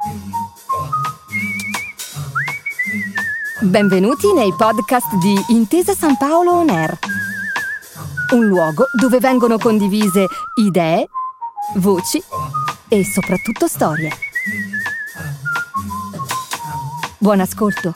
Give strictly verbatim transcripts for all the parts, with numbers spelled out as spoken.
Benvenuti nei podcast di Intesa San Paolo On Air, un luogo dove vengono condivise idee, voci e soprattutto storie. Buon ascolto.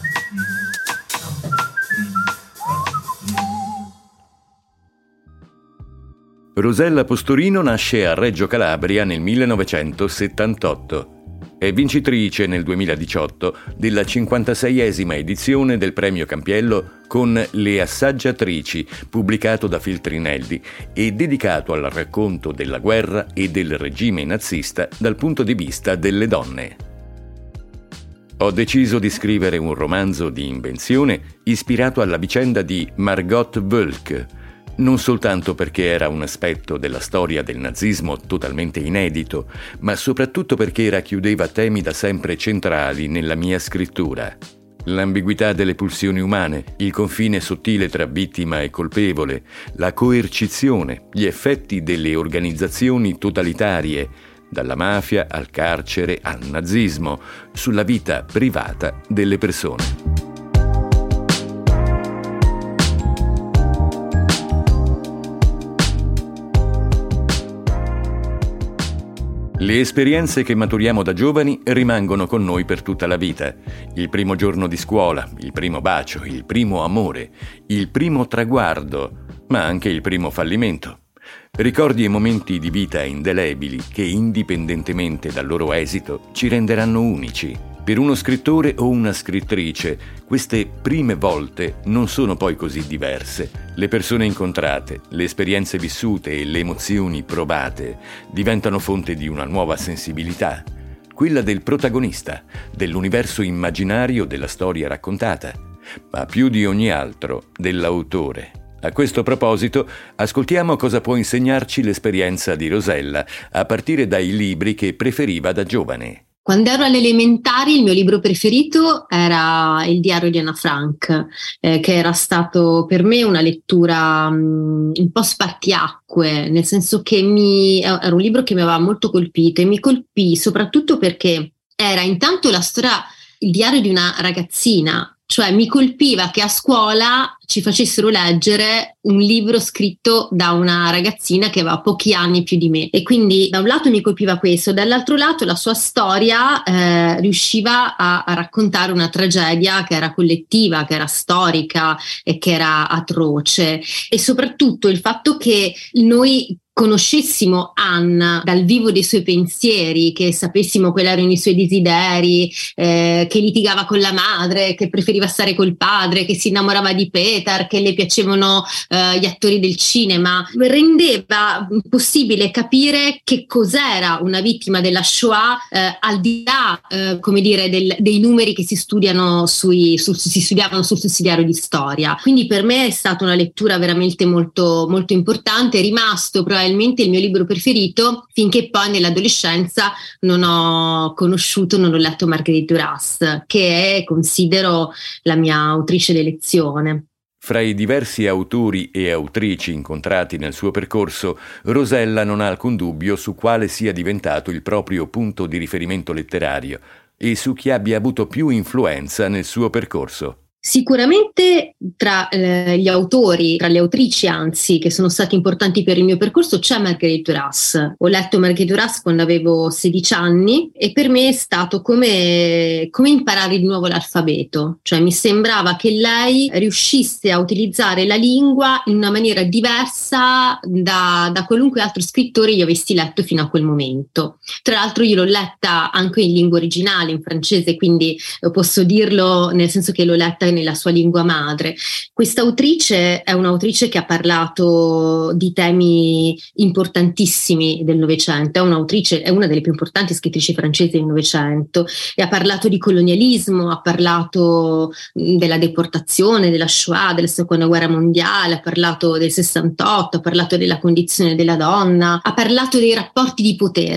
Rosella Postorino nasce a Reggio Calabria nel millenovecentosettantotto. È vincitrice nel duemiladiciotto della cinquantaseiesima edizione del Premio Campiello con Le Assaggiatrici, pubblicato da Feltrinelli e dedicato al racconto della guerra e del regime nazista dal punto di vista delle donne. Ho deciso di scrivere un romanzo di invenzione ispirato alla vicenda di Margot Wölk, non soltanto perché era un aspetto della storia del nazismo totalmente inedito, ma soprattutto perché racchiudeva temi da sempre centrali nella mia scrittura. L'ambiguità delle pulsioni umane, il confine sottile tra vittima e colpevole, la coercizione, gli effetti delle organizzazioni totalitarie, dalla mafia al carcere al nazismo, sulla vita privata delle persone. Le esperienze che maturiamo da giovani rimangono con noi per tutta la vita. Il primo giorno di scuola, il primo bacio, il primo amore, il primo traguardo, ma anche il primo fallimento. Ricordi e momenti di vita indelebili che, indipendentemente dal loro esito, ci renderanno unici. Per uno scrittore o una scrittrice, queste prime volte non sono poi così diverse. Le persone incontrate, le esperienze vissute e le emozioni provate diventano fonte di una nuova sensibilità, quella del protagonista, dell'universo immaginario della storia raccontata, ma più di ogni altro dell'autore. A questo proposito, ascoltiamo cosa può insegnarci l'esperienza di Rosella, a partire dai libri che preferiva da giovane. Quando ero alle elementari il mio libro preferito era Il diario di Anna Frank, eh, che era stato per me una lettura mh, un po' spartiacque, nel senso che mi, era un libro che mi aveva molto colpito e mi colpì soprattutto perché era intanto la storia, il diario di una ragazzina, cioè mi colpiva che a scuola ci facessero leggere un libro scritto da una ragazzina che aveva pochi anni più di me, e quindi da un lato mi colpiva questo, dall'altro lato la sua storia eh, riusciva a, a raccontare una tragedia che era collettiva, che era storica e che era atroce, e soprattutto il fatto che noi conoscessimo Anna dal vivo dei suoi pensieri, che sapessimo quali erano i suoi desideri, eh, che litigava con la madre, che preferiva stare col padre, che si innamorava di Petar, che le piacevano eh, gli attori del cinema, rendeva possibile capire che cos'era una vittima della Shoah eh, al di là, eh, come dire, del, dei numeri che si studiano sui, su, si studiavano sul sussidiario di storia. Quindi per me è stata una lettura veramente molto, molto importante, è rimasto probabilmente il mio libro preferito finché poi nell'adolescenza non ho conosciuto, non ho letto Marguerite Duras, che è, considero, la mia autrice d'elezione. Fra i diversi autori e autrici incontrati nel suo percorso, Rosella non ha alcun dubbio su quale sia diventato il proprio punto di riferimento letterario e su chi abbia avuto più influenza nel suo percorso. Sicuramente tra eh, gli autori, tra le autrici anzi, che sono stati importanti per il mio percorso c'è Marguerite Duras. Ho letto Marguerite Duras quando avevo sedici anni e per me è stato come, come imparare di nuovo l'alfabeto, cioè mi sembrava che lei riuscisse a utilizzare la lingua in una maniera diversa da, da qualunque altro scrittore io avessi letto fino a quel momento. Tra l'altro io l'ho letta anche in lingua originale, in francese, quindi posso dirlo nel senso che l'ho letta nella sua lingua madre. Questa autrice è un'autrice che ha parlato di temi importantissimi del Novecento, è un'autrice, è una delle più importanti scrittrici francesi del Novecento, e ha parlato di colonialismo, ha parlato della deportazione, della Shoah, della seconda guerra mondiale, ha parlato del sessantotto, ha parlato della condizione della donna, ha parlato dei rapporti di potere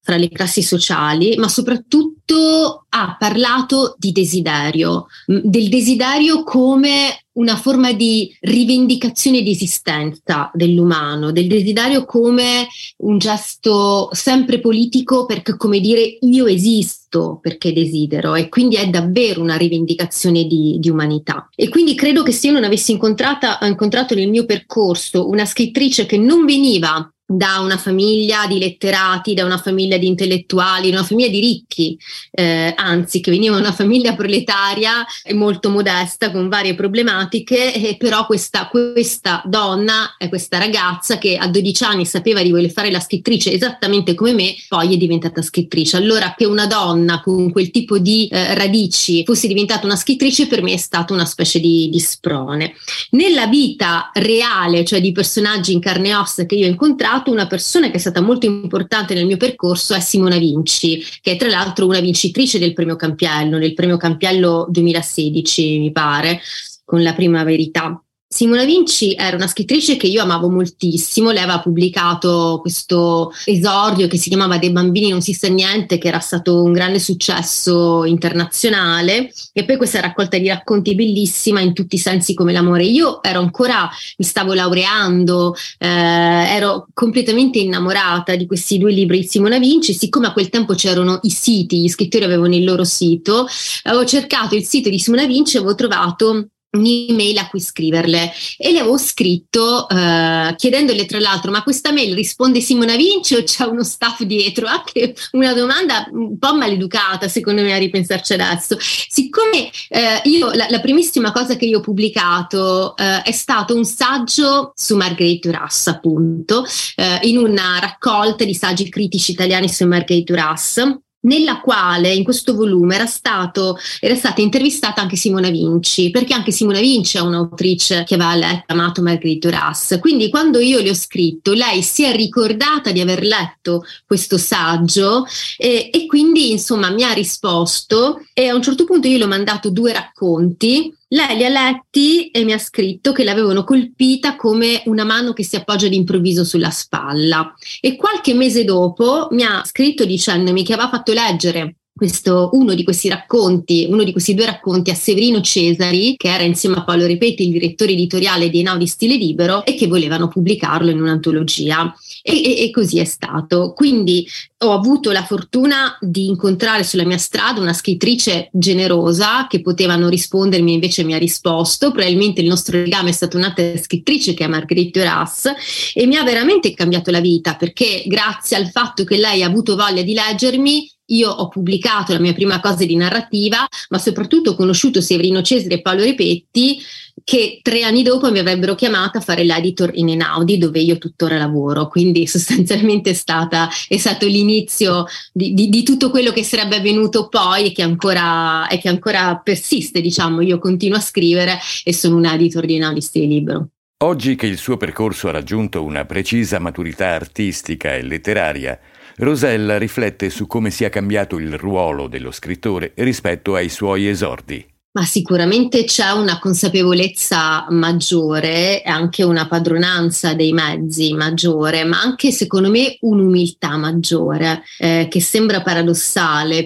fra le classi sociali, ma soprattutto ha parlato di desiderio, del desiderio come una forma di rivendicazione di esistenza dell'umano, del desiderio come un gesto sempre politico, perché come dire io esisto perché desidero, e quindi è davvero una rivendicazione di, di umanità. E quindi credo che se io non avessi incontrata, incontrato nel mio percorso una scrittrice che non veniva da una famiglia di letterati, da una famiglia di intellettuali, da una famiglia di ricchi, eh, anzi che veniva da una famiglia proletaria e molto modesta con varie problematiche, e però questa, questa donna, questa ragazza che a dodici anni sapeva di voler fare la scrittrice esattamente come me, poi è diventata scrittrice. Allora che una donna con quel tipo di eh, radici fosse diventata una scrittrice per me è stata una specie di, di sprone. Nella vita reale, cioè di personaggi in carne e ossa che io ho incontrato, una persona che è stata molto importante nel mio percorso è Simona Vinci, che è tra l'altro una vincitrice del premio Campiello, nel premio Campiello duemilasedici mi pare, con La prima verità. Simona Vinci era una scrittrice che io amavo moltissimo. Lei aveva pubblicato questo esordio che si chiamava Dei bambini non si sa niente, che era stato un grande successo internazionale, e poi questa raccolta di racconti bellissima in tutti i sensi come l'amore. Io ero ancora, mi stavo laureando, eh, ero completamente innamorata di questi due libri di Simona Vinci. Siccome a quel tempo c'erano i siti, gli scrittori avevano il loro sito, avevo cercato il sito di Simona Vinci e avevo trovato un'email a cui scriverle, e le avevo scritto eh, chiedendole tra l'altro: ma questa mail risponde Simona Vinci o c'è uno staff dietro? Anche una domanda un po' maleducata secondo me a ripensarci adesso. Siccome eh, io la, la primissima cosa che io ho pubblicato eh, è stato un saggio su Marguerite Duras, appunto, eh, in una raccolta di saggi critici italiani su Marguerite Duras, nella quale in questo volume era stato era stata intervistata anche Simona Vinci, perché anche Simona Vinci è un'autrice che aveva letto, amato Marguerite Duras. Quindi quando io le ho scritto, lei si è ricordata di aver letto questo saggio e, e quindi insomma mi ha risposto, e a un certo punto io le ho mandato due racconti. Lei li ha letti e mi ha scritto che l'avevano colpita come una mano che si appoggia d'improvviso sulla spalla, e qualche mese dopo mi ha scritto dicendomi che aveva fatto leggere questo, uno di questi racconti, uno di questi due racconti a Severino Cesari, che era insieme a Paolo Repetti il direttore editoriale di Einaudi Stile Libero, e che volevano pubblicarlo in un'antologia. E, e, e così è stato. Quindi ho avuto la fortuna di incontrare sulla mia strada una scrittrice generosa che poteva non rispondermi, invece mi ha risposto. Probabilmente il nostro legame è stato un'altra scrittrice che è Marguerite Duras, e mi ha veramente cambiato la vita, perché grazie al fatto che lei ha avuto voglia di leggermi, io ho pubblicato la mia prima cosa di narrativa, ma soprattutto ho conosciuto Severino Cesari e Paolo Repetti, che tre anni dopo mi avrebbero chiamata a fare l'editor in Einaudi, dove io tuttora lavoro. Quindi sostanzialmente è, stata, è stato l'inizio di, di, di tutto quello che sarebbe avvenuto poi e che ancora, e che ancora persiste, diciamo. Io continuo a scrivere e sono un editor di Einaudi Stile Libero. Oggi che il suo percorso ha raggiunto una precisa maturità artistica e letteraria, Rosella riflette su come sia cambiato il ruolo dello scrittore rispetto ai suoi esordi. Ma sicuramente c'è una consapevolezza maggiore, anche una padronanza dei mezzi maggiore, ma anche secondo me un'umiltà maggiore, eh, che sembra paradossale,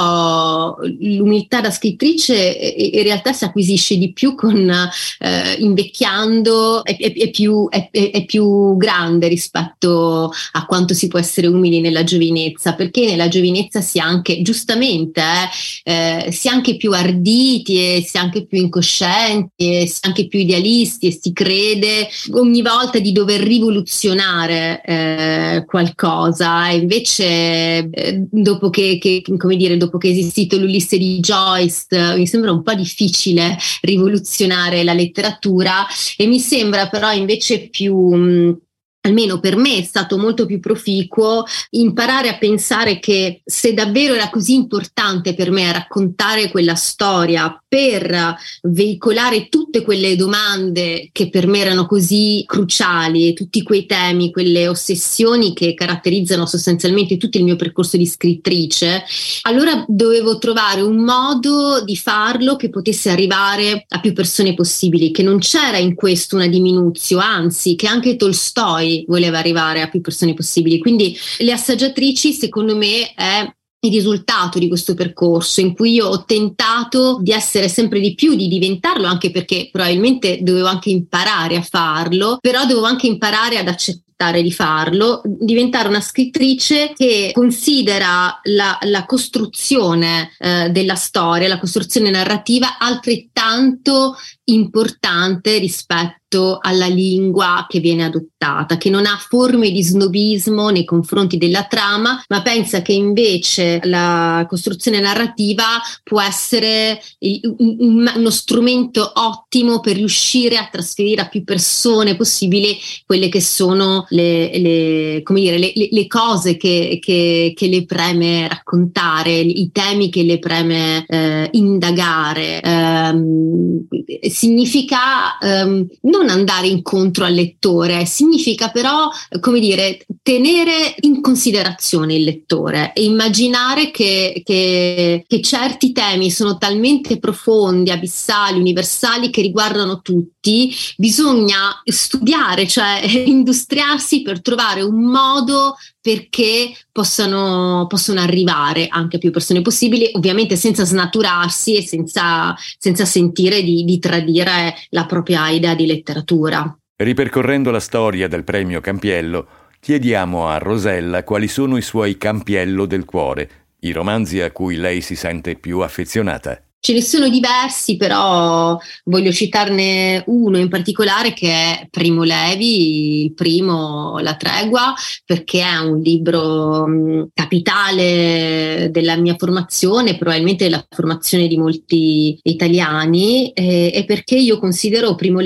però l'umiltà da scrittrice in realtà si acquisisce di più con eh, invecchiando, è, è, è, più, è, è più grande rispetto a quanto si può essere umili nella giovinezza, perché nella giovinezza si è anche, giustamente, eh, eh, si è anche più arditi, e si è anche più incoscienti, e si è anche più idealisti, e si crede ogni volta di dover rivoluzionare eh, qualcosa. E invece eh, dopo che, che come dire dopo che è esistito l'Ulisse di Joyce, mi sembra un po' difficile rivoluzionare la letteratura, e mi sembra però invece più mh, almeno per me è stato molto più proficuo imparare a pensare che se davvero era così importante per me raccontare quella storia per veicolare tutte quelle domande che per me erano così cruciali, tutti quei temi, quelle ossessioni che caratterizzano sostanzialmente tutto il mio percorso di scrittrice, allora dovevo trovare un modo di farlo che potesse arrivare a più persone possibili, che non c'era in questo una diminuzione, anzi che anche Tolstoi lei voleva arrivare a più persone possibili. Quindi Le Assaggiatrici, secondo me, è il risultato di questo percorso in cui io ho tentato di essere sempre di più, di diventarlo, anche perché probabilmente dovevo anche imparare a farlo, però dovevo anche imparare ad accettare di farlo, diventare una scrittrice che considera la, la costruzione eh, della storia, la costruzione narrativa altrettanto importante rispetto alla lingua che viene adottata, che non ha forme di snobismo nei confronti della trama, ma pensa che invece la costruzione narrativa può essere un, uno strumento ottimo per riuscire a trasferire a più persone possibili quelle che sono le, le, come dire, le, le, le cose che, che, che le preme raccontare, i temi che le preme eh, indagare. Um, significa um, non andare incontro al lettore, significa però, come dire, tenere in considerazione il lettore e immaginare che, che, che certi temi sono talmente profondi, abissali, universali, che riguardano tutti. Bisogna studiare, cioè industriarsi per trovare un modo perché possano, possono arrivare anche a più persone possibili, ovviamente senza snaturarsi e senza, senza sentire di, di tradire la propria idea di letteratura. Ripercorrendo la storia del premio Campiello, chiediamo a Rosella quali sono i suoi campiello del cuore, i romanzi a cui lei si sente più affezionata. Ce ne sono diversi, però voglio citarne uno in particolare che è Primo Levi, il primo La tregua, perché è un libro mh, capitale della mia formazione, probabilmente della formazione di molti italiani, e, e perché io considero Primo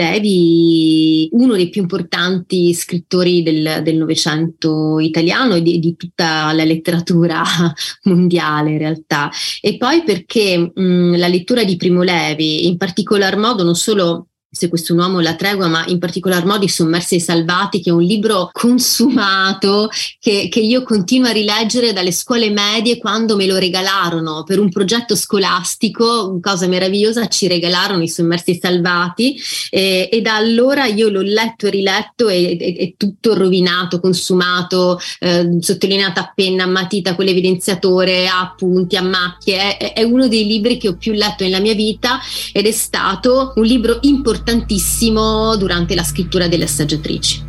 Levi uno dei più importanti scrittori del, del Novecento italiano e di, di tutta la letteratura mondiale in realtà. E poi perché mh, la lettura di Primo Levi, in particolar modo non solo Se questo un uomo, La tregua, ma in particolar modo I sommersi e i salvati, che è un libro consumato che, che io continuo a rileggere dalle scuole medie. Quando me lo regalarono per un progetto scolastico, cosa meravigliosa, ci regalarono I sommersi e i salvati, e, e da allora io l'ho letto e riletto e è tutto rovinato, consumato, eh, sottolineato a penna, a matita, con l'evidenziatore, a appunti, a macchie. È, è uno dei libri che ho più letto nella mia vita ed è stato un libro importante importantissimo durante la scrittura delle Assaggiatrici.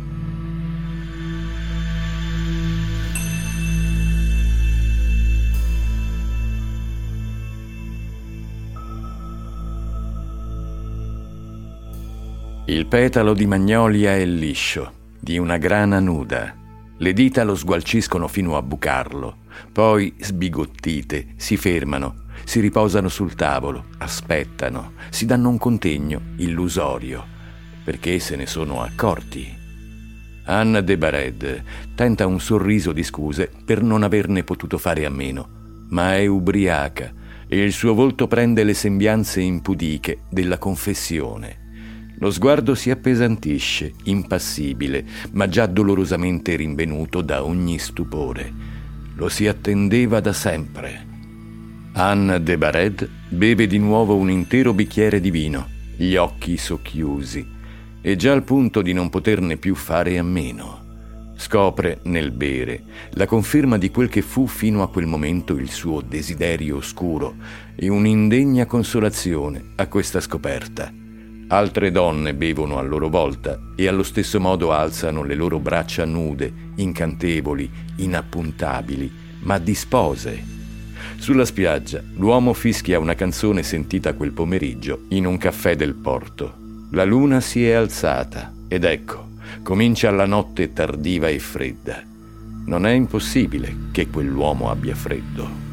Il petalo di magnolia è liscio, di una grana nuda. Le dita lo sgualciscono fino a bucarlo, poi, sbigottite, si fermano, si riposano sul tavolo, aspettano, si danno un contegno illusorio, perché se ne sono accorti. Anna de Bared tenta un sorriso di scuse per non averne potuto fare a meno, ma è ubriaca e il suo volto prende le sembianze impudiche della confessione. Lo sguardo si appesantisce, impassibile, ma già dolorosamente rinvenuto da ogni stupore. Lo si attendeva da sempre. Anna de Bared beve di nuovo un intero bicchiere di vino, gli occhi socchiusi, e già al punto di non poterne più fare a meno. Scopre nel bere la conferma di quel che fu fino a quel momento il suo desiderio oscuro e un'indegna consolazione a questa scoperta. Altre donne bevono a loro volta e allo stesso modo alzano le loro braccia nude, incantevoli, inappuntabili, ma dispose. Sulla spiaggia l'uomo fischia una canzone sentita quel pomeriggio in un caffè del porto. La luna si è alzata ed ecco, comincia la notte tardiva e fredda. Non è impossibile che quell'uomo abbia freddo.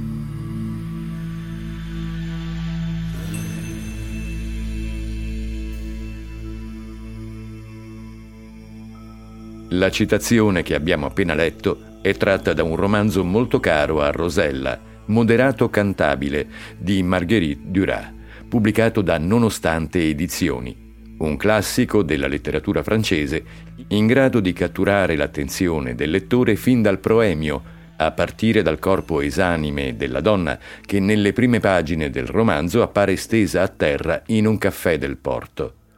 La citazione che abbiamo appena letto è tratta da un romanzo molto caro a Rosella, Moderato cantabile, di Marguerite Duras, pubblicato da Nonostante Edizioni, un classico della letteratura francese in grado di catturare l'attenzione del lettore fin dal proemio, a partire dal corpo esanime della donna che nelle prime pagine del romanzo appare stesa a terra in un caffè del porto.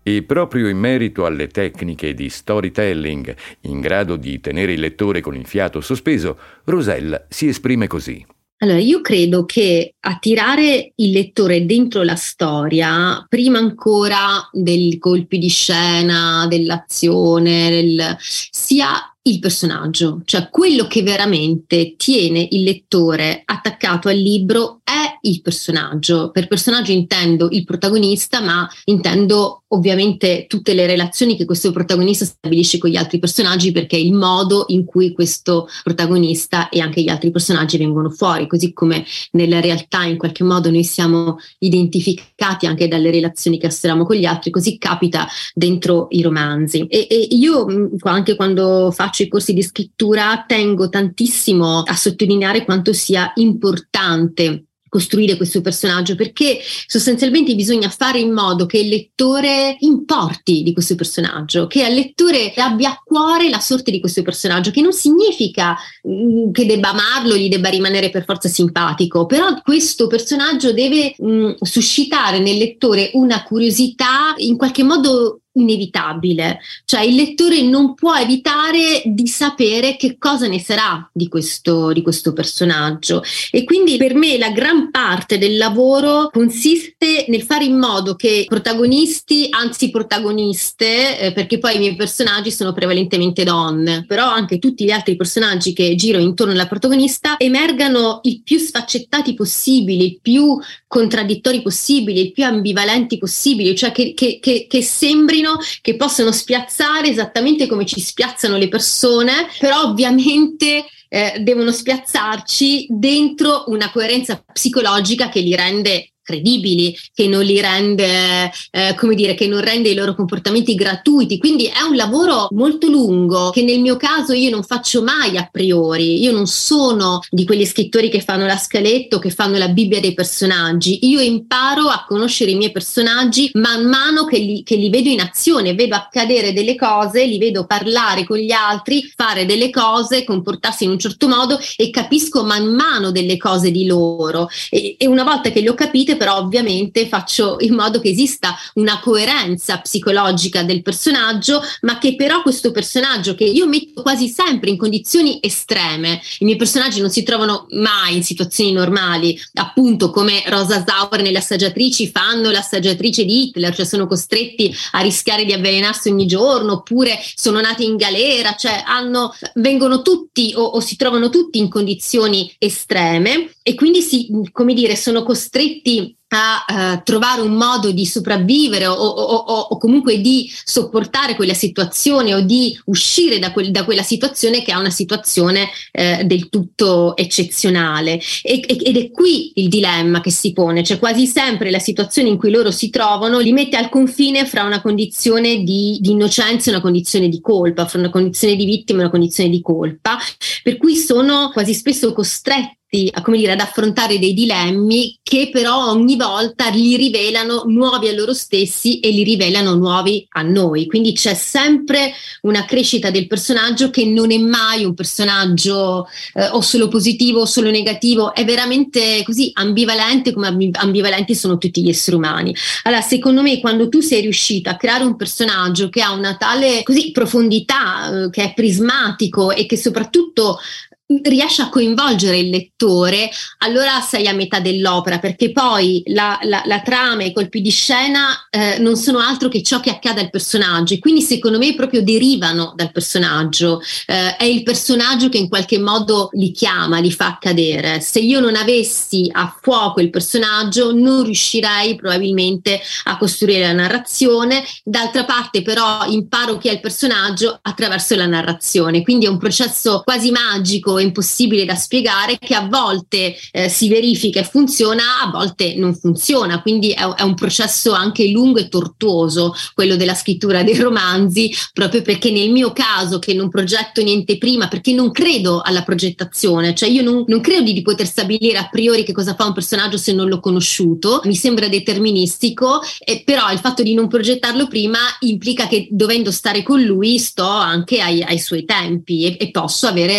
E proprio in merito alle tecniche di storytelling, in grado di tenere il lettore con il fiato sospeso, Rosella si esprime così. Allora, io credo che attirare il lettore dentro la storia, prima ancora dei colpi di scena, dell'azione, del, sia il personaggio, cioè quello che veramente tiene il lettore attaccato al libro è il personaggio. Per personaggio intendo il protagonista, ma intendo ovviamente tutte le relazioni che questo protagonista stabilisce con gli altri personaggi, perché è il modo in cui questo protagonista e anche gli altri personaggi vengono fuori, così come nella realtà in qualche modo noi siamo identificati anche dalle relazioni che osteniamo con gli altri, così capita dentro i romanzi. E, e io anche quando faccio i corsi di scrittura tengo tantissimo a sottolineare quanto sia importante costruire questo personaggio, perché sostanzialmente bisogna fare in modo che il lettore importi di questo personaggio, che al lettore abbia a cuore la sorte di questo personaggio, che non significa mh, che debba amarlo, gli debba rimanere per forza simpatico, però questo personaggio deve mh, suscitare nel lettore una curiosità in qualche modo inevitabile, cioè il lettore non può evitare di sapere che cosa ne sarà di questo, di questo personaggio, e quindi per me la gran parte del lavoro consiste nel fare in modo che protagonisti, anzi protagoniste, eh, perché poi i miei personaggi sono prevalentemente donne, però anche tutti gli altri personaggi che giro intorno alla protagonista emergano il più sfaccettati possibili, il più contraddittori possibili, il più ambivalenti possibili, cioè che, che, che, che sembrino che possono spiazzare esattamente come ci spiazzano le persone, però ovviamente eh, devono spiazzarci dentro una coerenza psicologica che li rende credibili, che non li rende, eh, come dire, che non rende i loro comportamenti gratuiti. Quindi è un lavoro molto lungo che nel mio caso io non faccio mai a priori. Io non sono di quegli scrittori che fanno la scaletta o che fanno la Bibbia dei personaggi. Io imparo a conoscere i miei personaggi man mano che li, che li vedo in azione, vedo accadere delle cose, li vedo parlare con gli altri, fare delle cose, comportarsi in un certo modo, e capisco man mano delle cose di loro. E, e una volta che le ho capite, però ovviamente faccio in modo che esista una coerenza psicologica del personaggio, ma che però questo personaggio, che io metto quasi sempre in condizioni estreme, i miei personaggi non si trovano mai in situazioni normali, appunto come Rosa Sauer nelle Assaggiatrici fanno l'assaggiatrice di Hitler, cioè sono costretti a rischiare di avvelenarsi ogni giorno, oppure sono nati in galera, cioè hanno, vengono tutti o, o si trovano tutti in condizioni estreme, e quindi si, come dire, sono costretti a uh, trovare un modo di sopravvivere o, o, o, o comunque di sopportare quella situazione o di uscire da, quel, da quella situazione, che è una situazione eh, del tutto eccezionale, e, e, ed è qui il dilemma che si pone, cioè quasi sempre la situazione in cui loro si trovano li mette al confine fra una condizione di, di innocenza e una condizione di colpa, fra una condizione di vittima e una condizione di colpa, per cui sono quasi spesso costretti a, come dire, ad affrontare dei dilemmi che però ogni volta li rivelano nuovi a loro stessi e li rivelano nuovi a noi. Quindi c'è sempre una crescita del personaggio, che non è mai un personaggio eh, o solo positivo o solo negativo, è veramente così ambivalente come ambivalenti sono tutti gli esseri umani. Allora, secondo me, quando tu sei riuscita a creare un personaggio che ha una tale così profondità, eh, che è prismatico e che soprattutto riesce a coinvolgere il lettore, allora sei a metà dell'opera, perché poi la, la, la trama e i colpi di scena eh, non sono altro che ciò che accade al personaggio, e quindi secondo me proprio derivano dal personaggio, eh, è il personaggio che in qualche modo li chiama, li fa accadere. Se io non avessi a fuoco il personaggio non riuscirei probabilmente a costruire la narrazione. D'altra parte però imparo chi è il personaggio attraverso la narrazione, quindi è un processo quasi magico, impossibile da spiegare, che a volte eh, si verifica e funziona, a volte non funziona, quindi è, è un processo anche lungo e tortuoso quello della scrittura dei romanzi, proprio perché nel mio caso, che non progetto niente prima, perché non credo alla progettazione, cioè io non, non credo di, di poter stabilire a priori che cosa fa un personaggio se non l'ho conosciuto, mi sembra deterministico, eh, però il fatto di non progettarlo prima implica che, dovendo stare con lui, sto anche ai, ai suoi tempi e, e posso avere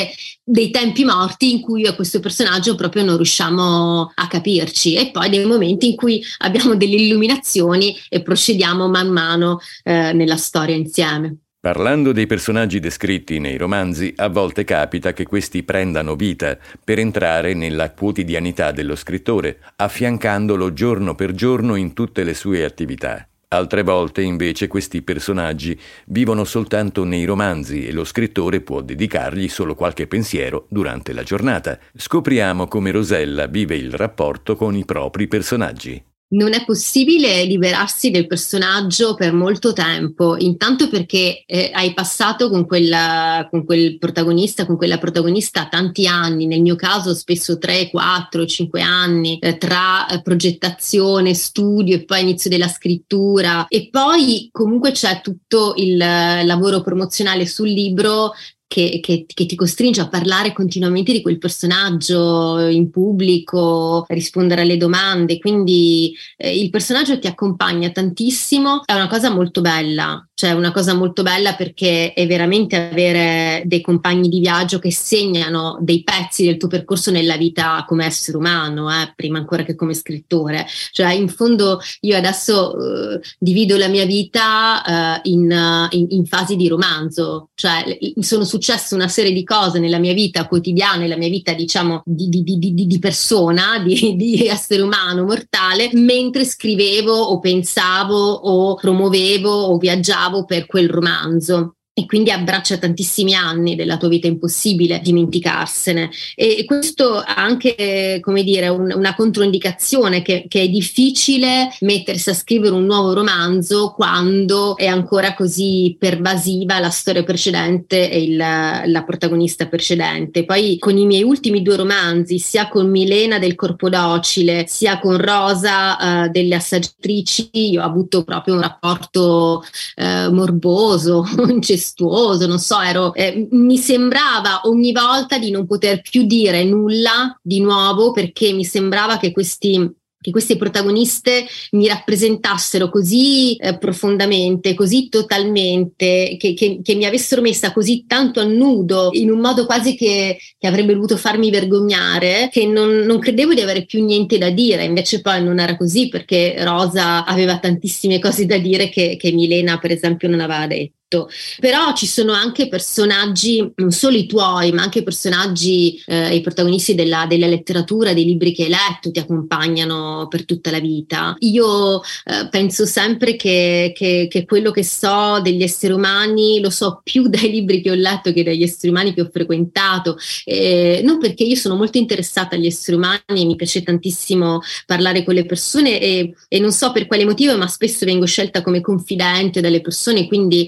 dei tempi morti in cui a questo personaggio proprio non riusciamo a capirci, e poi dei momenti in cui abbiamo delle illuminazioni e procediamo man mano eh, nella storia insieme. Parlando dei personaggi descritti nei romanzi, a volte capita che questi prendano vita per entrare nella quotidianità dello scrittore, affiancandolo giorno per giorno in tutte le sue attività. Altre volte, invece, questi personaggi vivono soltanto nei romanzi e lo scrittore può dedicargli solo qualche pensiero durante la giornata. Scopriamo come Rosella vive il rapporto con i propri personaggi. Non è possibile liberarsi del personaggio per molto tempo, intanto perché eh, hai passato con, quella, con quel protagonista, con quella protagonista tanti anni, nel mio caso spesso tre, quattro, cinque anni, eh, tra eh, progettazione, studio e poi inizio della scrittura, e poi comunque c'è tutto il eh, lavoro promozionale sul libro Che, che, che ti costringe a parlare continuamente di quel personaggio in pubblico, a rispondere alle domande, quindi eh, il personaggio ti accompagna tantissimo. È una cosa molto bella, cioè una cosa molto bella perché è veramente avere dei compagni di viaggio che segnano dei pezzi del tuo percorso nella vita come essere umano, eh, prima ancora che come scrittore. Cioè in fondo io adesso eh, divido la mia vita eh, in, in, in fasi di romanzo, cioè sono successe una serie di cose nella mia vita quotidiana, nella mia vita diciamo di, di, di, di, di persona, di, di essere umano mortale, mentre scrivevo o pensavo o promuovevo o viaggiavo per quel romanzo. E quindi abbraccia tantissimi anni della tua vita, impossibile dimenticarsene, e questo ha anche, come dire, un, una controindicazione che, che è difficile mettersi a scrivere un nuovo romanzo quando è ancora così pervasiva la storia precedente e il, la protagonista precedente. Poi con i miei ultimi due romanzi, sia con Milena del Corpo Docile sia con Rosa uh, delle Assaggiatrici, io ho avuto proprio un rapporto uh, morboso, incestuoso, non so, ero, eh, mi sembrava ogni volta di non poter più dire nulla di nuovo, perché mi sembrava che questi che queste protagoniste mi rappresentassero così eh, profondamente, così totalmente, che, che, che mi avessero messa così tanto a nudo, in un modo quasi che, che avrebbe dovuto farmi vergognare, che non, non credevo di avere più niente da dire. Invece poi non era così, perché Rosa aveva tantissime cose da dire che, che Milena per esempio non aveva detto. Però ci sono anche personaggi, non solo i tuoi, ma anche personaggi, eh, i protagonisti della, della letteratura, dei libri che hai letto, ti accompagnano per tutta la vita. Io eh, penso sempre che, che, che quello che so degli esseri umani lo so più dai libri che ho letto che dagli esseri umani che ho frequentato, eh, non perché io sono molto interessata agli esseri umani e mi piace tantissimo parlare con le persone, e, e non so per quale motivo, ma spesso vengo scelta come confidente dalle persone, quindi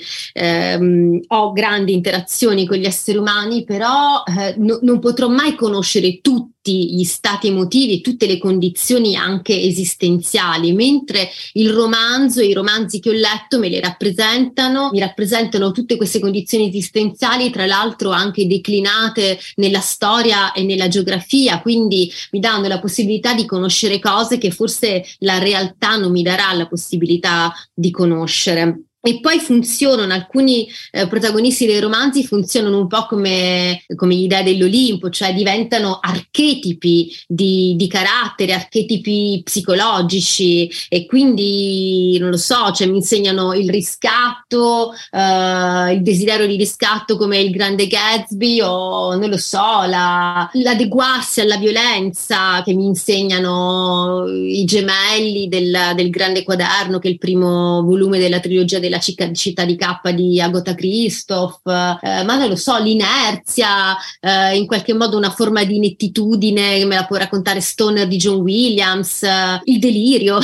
ehm, ho grandi interazioni con gli esseri umani, però eh, no, non potrò mai conoscere tutti gli stati emotivi e tutte le condizioni anche esistenziali, mentre il romanzo e i romanzi che ho letto me le rappresentano, mi rappresentano tutte queste condizioni esistenziali, tra l'altro anche declinate nella storia e nella geografia, quindi mi danno la possibilità di conoscere cose che forse la realtà non mi darà la possibilità di conoscere. E poi funzionano, alcuni eh, protagonisti dei romanzi funzionano un po' come, come gli dei dell'Olimpo, cioè diventano archetipi di, di carattere, archetipi psicologici, e quindi non lo so, cioè mi insegnano il riscatto, eh, il desiderio di riscatto come il grande Gatsby, o non lo so, la, l'adeguarsi alla violenza che mi insegnano i gemelli del, del Grande Quaderno, che è il primo volume della trilogia della Città di K di Agatha Christoph, eh, ma non lo so, l'inerzia, eh, in qualche modo una forma di inettitudine, me la può raccontare Stoner di John Williams, eh, il delirio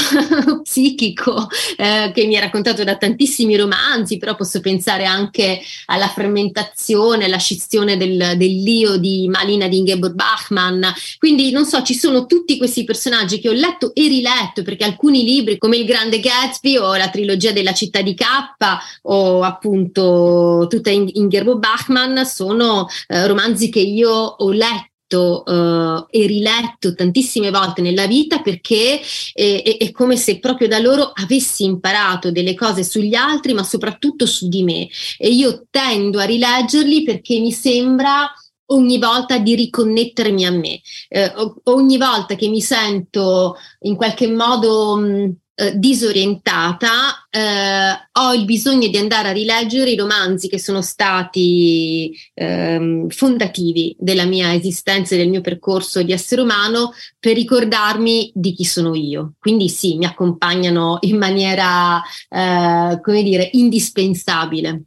psichico eh, che mi è raccontato da tantissimi romanzi, però posso pensare anche alla frammentazione, alla scissione del, dell'io di Malina di Ingeborg Bachmann. Quindi non so, ci sono tutti questi personaggi che ho letto e riletto, perché alcuni libri come Il Grande Gatsby o la trilogia della Città di K o appunto tutta Ingeborg Bachmann sono eh, romanzi che io ho letto uh, e riletto tantissime volte nella vita, perché è, è, è come se proprio da loro avessi imparato delle cose sugli altri, ma soprattutto su di me, e io tendo a rileggerli perché mi sembra ogni volta di riconnettermi a me. Eh, ogni volta che mi sento in qualche modo mh, eh, disorientata, eh, ho il bisogno di andare a rileggere i romanzi che sono stati eh, fondativi della mia esistenza e del mio percorso di essere umano, per ricordarmi di chi sono io. Quindi sì, mi accompagnano in maniera, eh, come dire, indispensabile.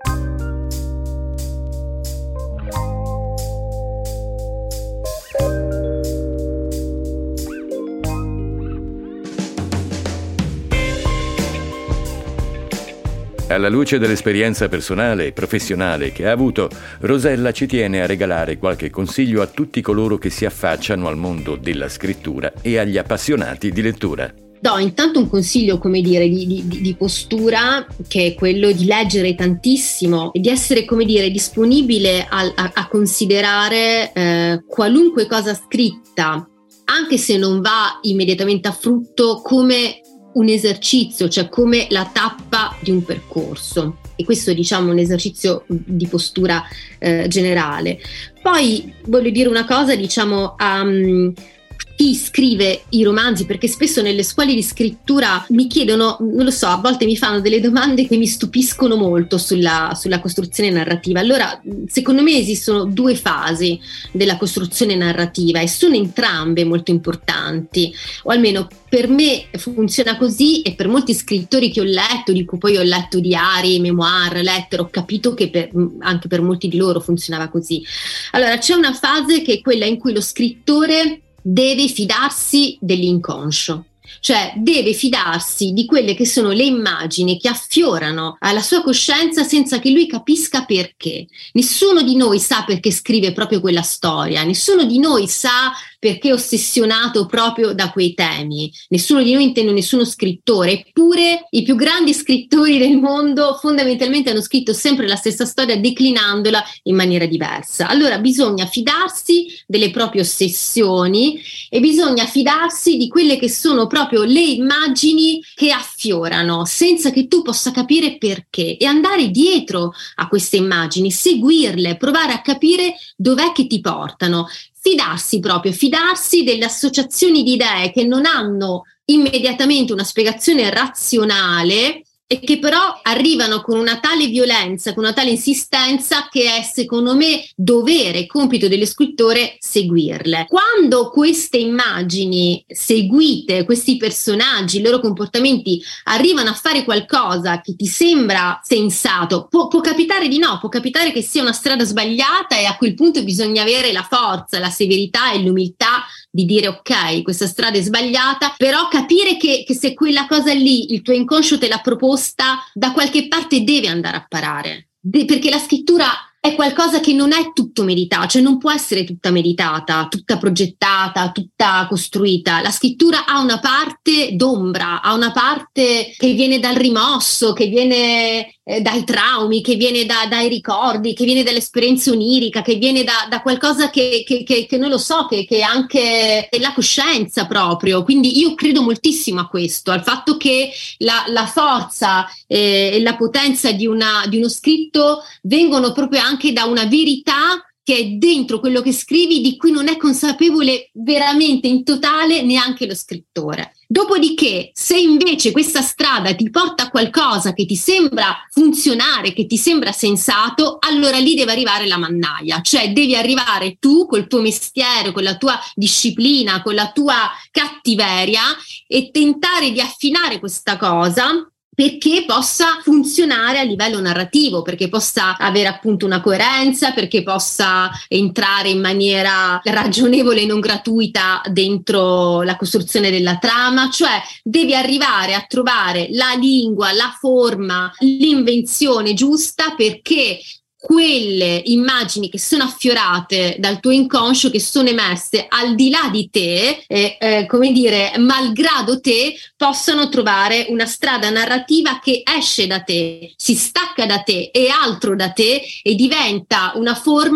Alla luce dell'esperienza personale e professionale che ha avuto, Rosella ci tiene a regalare qualche consiglio a tutti coloro che si affacciano al mondo della scrittura e agli appassionati di lettura. Do intanto un consiglio, come dire, di, di, di postura, che è quello di leggere tantissimo e di essere, come dire, disponibile a, a, a considerare eh, qualunque cosa scritta, anche se non va immediatamente a frutto, come un esercizio, cioè come la tappa di un percorso. E questo è, diciamo, un esercizio di postura eh, generale. Poi voglio dire una cosa, diciamo, a um, chi scrive i romanzi, perché spesso nelle scuole di scrittura mi chiedono, non lo so, a volte mi fanno delle domande che mi stupiscono molto sulla, sulla costruzione narrativa. Allora, secondo me esistono due fasi della costruzione narrativa e sono entrambe molto importanti, o almeno per me funziona così, e per molti scrittori che ho letto, di cui poi ho letto diari, memoir, lettere, ho capito che per, anche per molti di loro funzionava così. Allora, c'è una fase che è quella in cui lo scrittore deve fidarsi dell'inconscio, cioè deve fidarsi di quelle che sono le immagini che affiorano alla sua coscienza senza che lui capisca perché. Nessuno di noi sa perché scrive proprio quella storia, nessuno di noi sa perché è ossessionato proprio da quei temi, nessuno di noi intende nessuno scrittore, eppure i più grandi scrittori del mondo fondamentalmente hanno scritto sempre la stessa storia declinandola in maniera diversa. Allora bisogna fidarsi delle proprie ossessioni e bisogna fidarsi di quelle che sono proprio le immagini che affiorano senza che tu possa capire perché, e andare dietro a queste immagini, seguirle, provare a capire dov'è che ti portano. Fidarsi proprio, fidarsi delle associazioni di idee che non hanno immediatamente una spiegazione razionale e che però arrivano con una tale violenza, con una tale insistenza, che è, secondo me, dovere, compito dello scrittore seguirle. Quando queste immagini seguite, questi personaggi, i loro comportamenti arrivano a fare qualcosa che ti sembra sensato, può, può capitare di no, può capitare che sia una strada sbagliata, e a quel punto bisogna avere la forza, la severità e l'umiltà di dire ok, questa strada è sbagliata, però capire che, che se quella cosa lì il tuo inconscio te l'ha proposta, da qualche parte deve andare a parare, De- perché la scrittura è qualcosa che non è tutto meditato, cioè non può essere tutta meditata, tutta progettata, tutta costruita. La scrittura ha una parte d'ombra, ha una parte che viene dal rimosso, che viene eh, dai traumi, che viene da, dai ricordi, che viene dall'esperienza onirica, che viene da, da qualcosa che, che, che, che non lo so, che, che è anche la coscienza proprio. Quindi io credo moltissimo a questo, al fatto che la, la forza eh, e la potenza di, una, di uno scritto vengono proprio anche anche da una verità che è dentro quello che scrivi, di cui non è consapevole veramente in totale neanche lo scrittore. Dopodiché, se invece questa strada ti porta a qualcosa che ti sembra funzionare, che ti sembra sensato, allora lì deve arrivare la mannaia, cioè devi arrivare tu col tuo mestiere, con la tua disciplina, con la tua cattiveria, e tentare di affinare questa cosa perché possa funzionare a livello narrativo, perché possa avere appunto una coerenza, perché possa entrare in maniera ragionevole e non gratuita dentro la costruzione della trama. Cioè devi arrivare a trovare la lingua, la forma, l'invenzione giusta, perché quelle immagini che sono affiorate dal tuo inconscio, che sono emesse al di là di te, eh, eh, come dire, malgrado te, possano trovare una strada narrativa che esce da te, si stacca da te, è altro da te e diventa una forma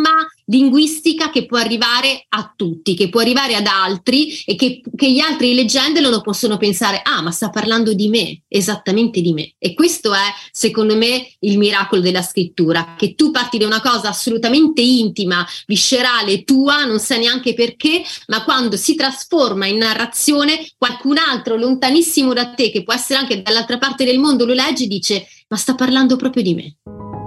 linguistica che può arrivare a tutti, che può arrivare ad altri e che, che gli altri leggendolo lo possono pensare, ah, ma sta parlando di me, esattamente di me. E questo è, secondo me, il miracolo della scrittura, che tu parti da una cosa assolutamente intima, viscerale, tua, non sai neanche perché, ma quando si trasforma in narrazione, qualcun altro lontanissimo da te, che può essere anche dall'altra parte del mondo, lo legge e dice, ma sta parlando proprio di me.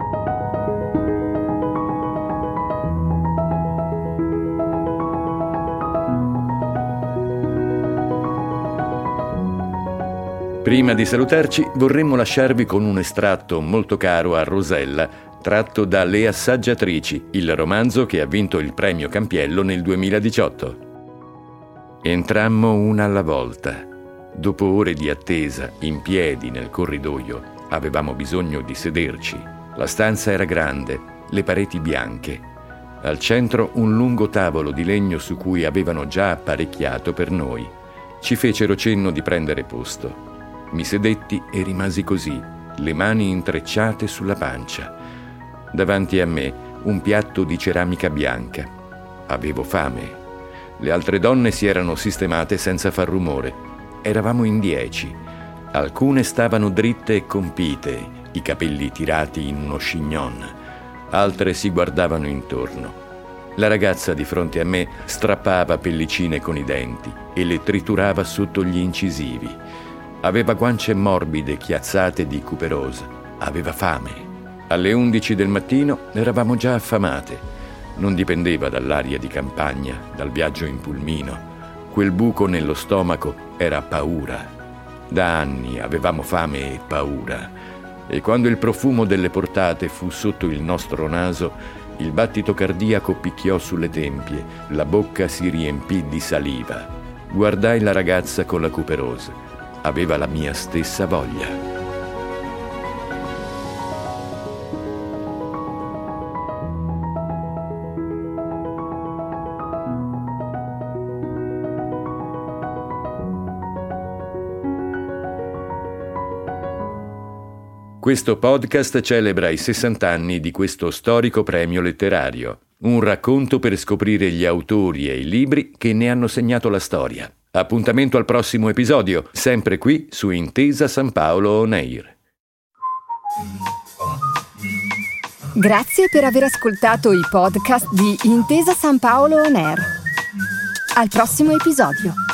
Prima di salutarci vorremmo lasciarvi con un estratto molto caro a Rosella, tratto da Le Assaggiatrici, il romanzo che ha vinto il premio Campiello nel duemiladiciotto. Entrammo una alla volta. Dopo ore di attesa, in piedi nel corridoio, avevamo bisogno di sederci. La stanza era grande, le pareti bianche. Al centro un lungo tavolo di legno su cui avevano già apparecchiato per noi. Ci fecero cenno di prendere posto. Mi sedetti e rimasi così, le mani intrecciate sulla pancia. Davanti a me un piatto di ceramica bianca. Avevo fame. Le altre donne si erano sistemate senza far rumore. Eravamo in dieci. Alcune stavano dritte e compite, i capelli tirati in uno chignon. Altre si guardavano intorno. La ragazza di fronte a me strappava pellicine con i denti e le triturava sotto gli incisivi. Aveva guance morbide chiazzate di cuperose. Aveva fame. Alle undici del mattino eravamo già affamate. Non dipendeva dall'aria di campagna, dal viaggio in pulmino. Quel buco nello stomaco era paura. Da anni avevamo fame e paura. E quando il profumo delle portate fu sotto il nostro naso, il battito cardiaco picchiò sulle tempie, la bocca si riempì di saliva. Guardai la ragazza con la cuperose. Aveva la mia stessa voglia. Questo podcast celebra i sessanta anni di questo storico premio letterario, un racconto per scoprire gli autori e i libri che ne hanno segnato la storia. Appuntamento al prossimo episodio, sempre qui su Intesa San Paolo On Air. Grazie per aver ascoltato i podcast di Intesa San Paolo On Air. Al prossimo episodio.